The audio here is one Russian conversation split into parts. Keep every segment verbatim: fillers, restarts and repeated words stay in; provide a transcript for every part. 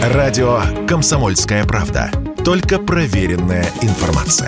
Радио «Комсомольская правда». Только проверенная информация.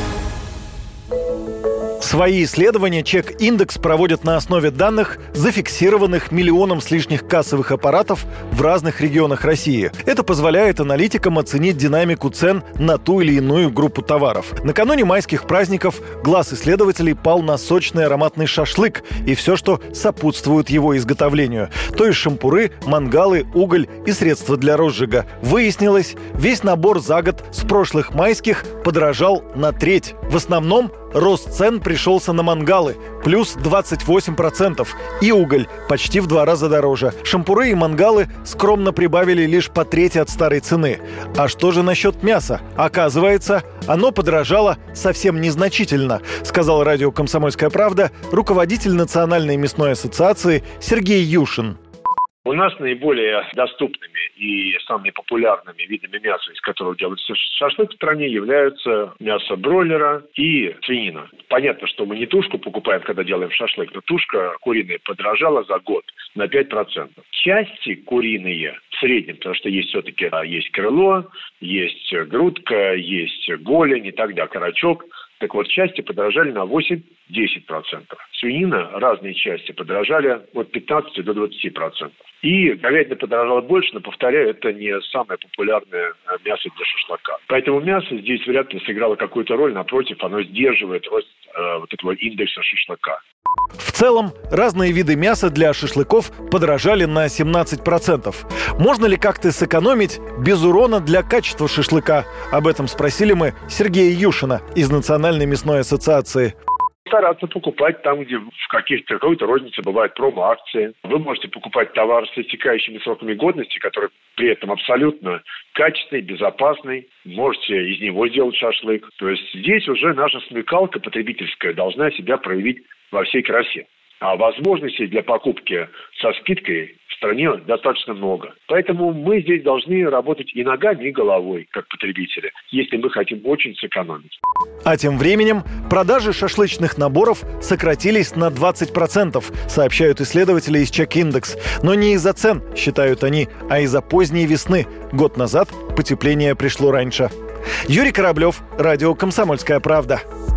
Свои исследования Чек-Индекс проводят на основе данных, зафиксированных миллионом с лишних кассовых аппаратов в разных регионах России. Это позволяет аналитикам оценить динамику цен на ту или иную группу товаров. Накануне майских праздников глаз исследователей пал на сочный ароматный шашлык и все, что сопутствует его изготовлению. То есть шампуры, мангалы, уголь и средства для розжига. Выяснилось, весь набор за год с прошлых майских подорожал на треть. В основном рост цен пришелся на мангалы – плюс двадцать восемь процентов, и уголь – почти в два раза дороже. Шампуры и мангалы скромно прибавили лишь по трети от старой цены. А что же насчет мяса? Оказывается, оно подорожало совсем незначительно, сказал радио «Комсомольская правда» руководитель Национальной мясной ассоциации Сергей Юшин. У нас наиболее доступными и самыми популярными видами мяса, из которого делается шашлык в стране, являются мясо бройлера и свинина. Понятно, что мы не тушку покупаем, когда делаем шашлык, но тушка куриная подорожала за год на пять процентов. Части куриные в среднем, потому что есть все-таки есть крыло, есть грудка, есть голень и так далее, окорочок. Так вот, части подорожали на восемь-десять процентов. Свинина, разные части подорожали от пятнадцати до двадцати процентов. И говядина подорожала больше, но, повторяю, это не самое популярное мясо для шашлыка. Поэтому мясо здесь вряд ли сыграло какую-то роль. Напротив, оно сдерживает рост э, вот этого индекса шашлыка. В целом, разные виды мяса для шашлыков подорожали на семнадцать процентов. Можно ли как-то сэкономить без урона для качества шашлыка? Об этом спросили мы Сергея Юшина из Национальной мясной ассоциации. Стараться покупать там, где в каких-то какой-то рознице бывают промо-акции. Вы можете покупать товар с истекающими сроками годности, который при этом абсолютно качественный, безопасный. Можете из него сделать шашлык. То есть здесь уже наша смекалка потребительская должна себя проявить во всей красе. А возможностей для покупки со скидкой в стране достаточно много. Поэтому мы здесь должны работать и ногами, и головой, как потребители, если мы хотим очень сэкономить. А тем временем продажи шашлычных наборов сократились на двадцать процентов, сообщают исследователи из Чек-Индекс. Но не из-за цен, считают они, а из-за поздней весны. Год назад потепление пришло раньше. Юрий Кораблев, радио «Комсомольская правда».